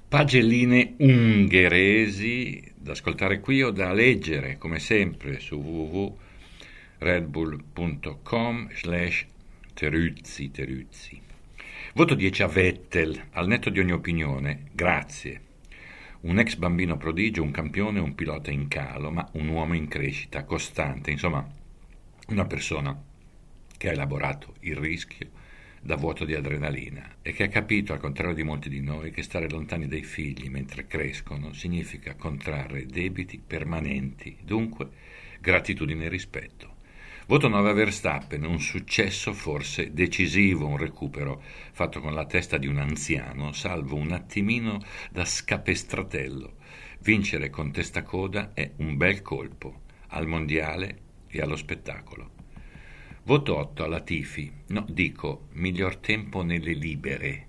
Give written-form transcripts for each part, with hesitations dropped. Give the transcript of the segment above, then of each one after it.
Pagelline ungheresi da ascoltare qui o da leggere, come sempre, su www.redbull.com/Teruzzi. Voto 10 a Vettel, al netto di ogni opinione, grazie. Un ex bambino prodigio, un campione, un pilota in calo, ma un uomo in crescita costante, insomma, una persona che ha elaborato il rischio da vuoto di adrenalina e che ha capito, al contrario di molti di noi, che stare lontani dai figli mentre crescono significa contrarre debiti permanenti, dunque gratitudine e rispetto. Voto 9 a Verstappen, un successo forse decisivo, un recupero fatto con la testa di un anziano, salvo un attimino da scapestratello. Vincere con testa coda è un bel colpo, al mondiale e allo spettacolo. Voto 8 alla Tifi, no, dico, miglior tempo nelle libere.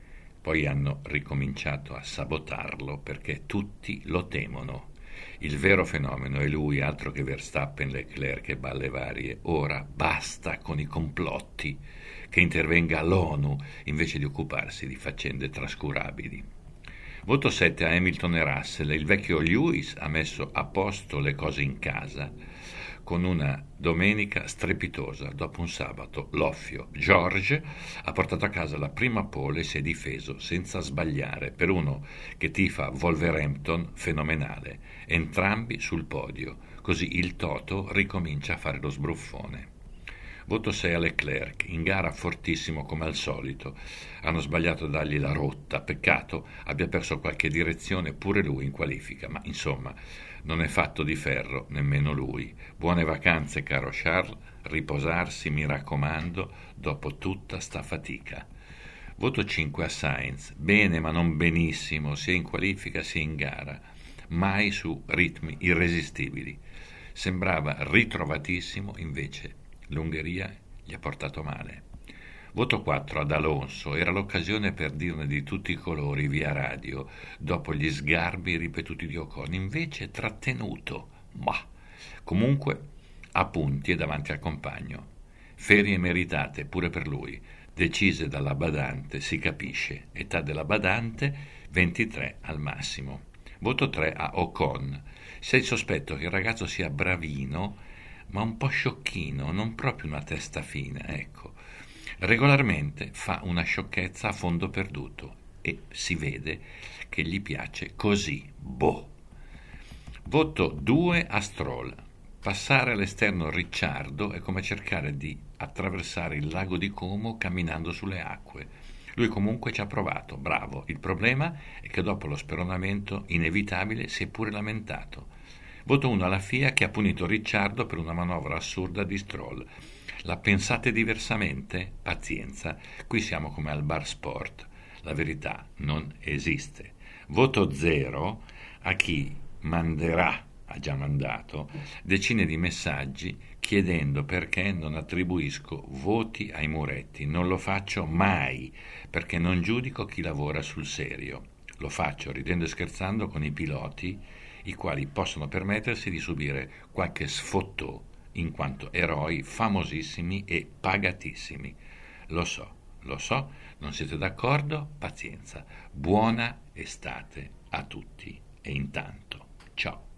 Poi hanno ricominciato a sabotarlo perché tutti lo temono. Il vero fenomeno è lui, altro che Verstappen, Leclerc e balle varie. Ora basta con i complotti, che intervenga l'ONU invece di occuparsi di faccende trascurabili. Voto 7 a Hamilton e Russell. Il vecchio Lewis ha messo a posto le cose in casa con una domenica strepitosa. Dopo un sabato l'offio George ha portato a casa la prima pole e si è difeso senza sbagliare. Per uno che tifa Wolverhampton, fenomenale. Entrambi sul podio, così il Toto ricomincia a fare lo sbruffone. Voto 6 a Leclerc, in gara fortissimo come al solito. Hanno sbagliato a dargli la rotta, peccato abbia perso qualche direzione pure lui in qualifica, ma insomma non è fatto di ferro nemmeno lui. Buone vacanze, caro Charles, riposarsi, mi raccomando, dopo tutta sta fatica. Voto 5 a Sainz, bene ma non benissimo, sia in qualifica sia in gara, mai su ritmi irresistibili. Sembrava ritrovatissimo, invece l'Ungheria gli ha portato male. Voto 4 ad Alonso, era l'occasione per dirne di tutti i colori via radio, dopo gli sgarbi ripetuti di Ocon, invece trattenuto, ma comunque a punti e davanti al compagno. Ferie meritate pure per lui, decise dalla badante, si capisce, età della badante 23 al massimo. Voto 3 a Ocon, c'è il sospetto che il ragazzo sia bravino, ma un po' sciocchino, non proprio una testa fine, ecco. Regolarmente fa una sciocchezza a fondo perduto e si vede che gli piace così, boh. Voto 2 a Stroll. Passare all'esterno Ricciardo è come cercare di attraversare il lago di Como camminando sulle acque. Lui comunque ci ha provato, bravo. Il problema è che dopo lo speronamento inevitabile si è pure lamentato. Voto 1 alla FIA che ha punito Ricciardo per una manovra assurda di Stroll. La pensate diversamente? Pazienza, qui siamo come al bar sport. La verità non esiste. Voto 0 a chi manderà, ha già mandato, decine di messaggi chiedendo perché non attribuisco voti ai muretti. Non lo faccio mai, perché non giudico chi lavora sul serio. Lo faccio ridendo e scherzando con i piloti, i quali possono permettersi di subire qualche sfottò in quanto eroi famosissimi e pagatissimi. Lo so, non siete d'accordo? Pazienza. Buona estate a tutti e intanto, ciao.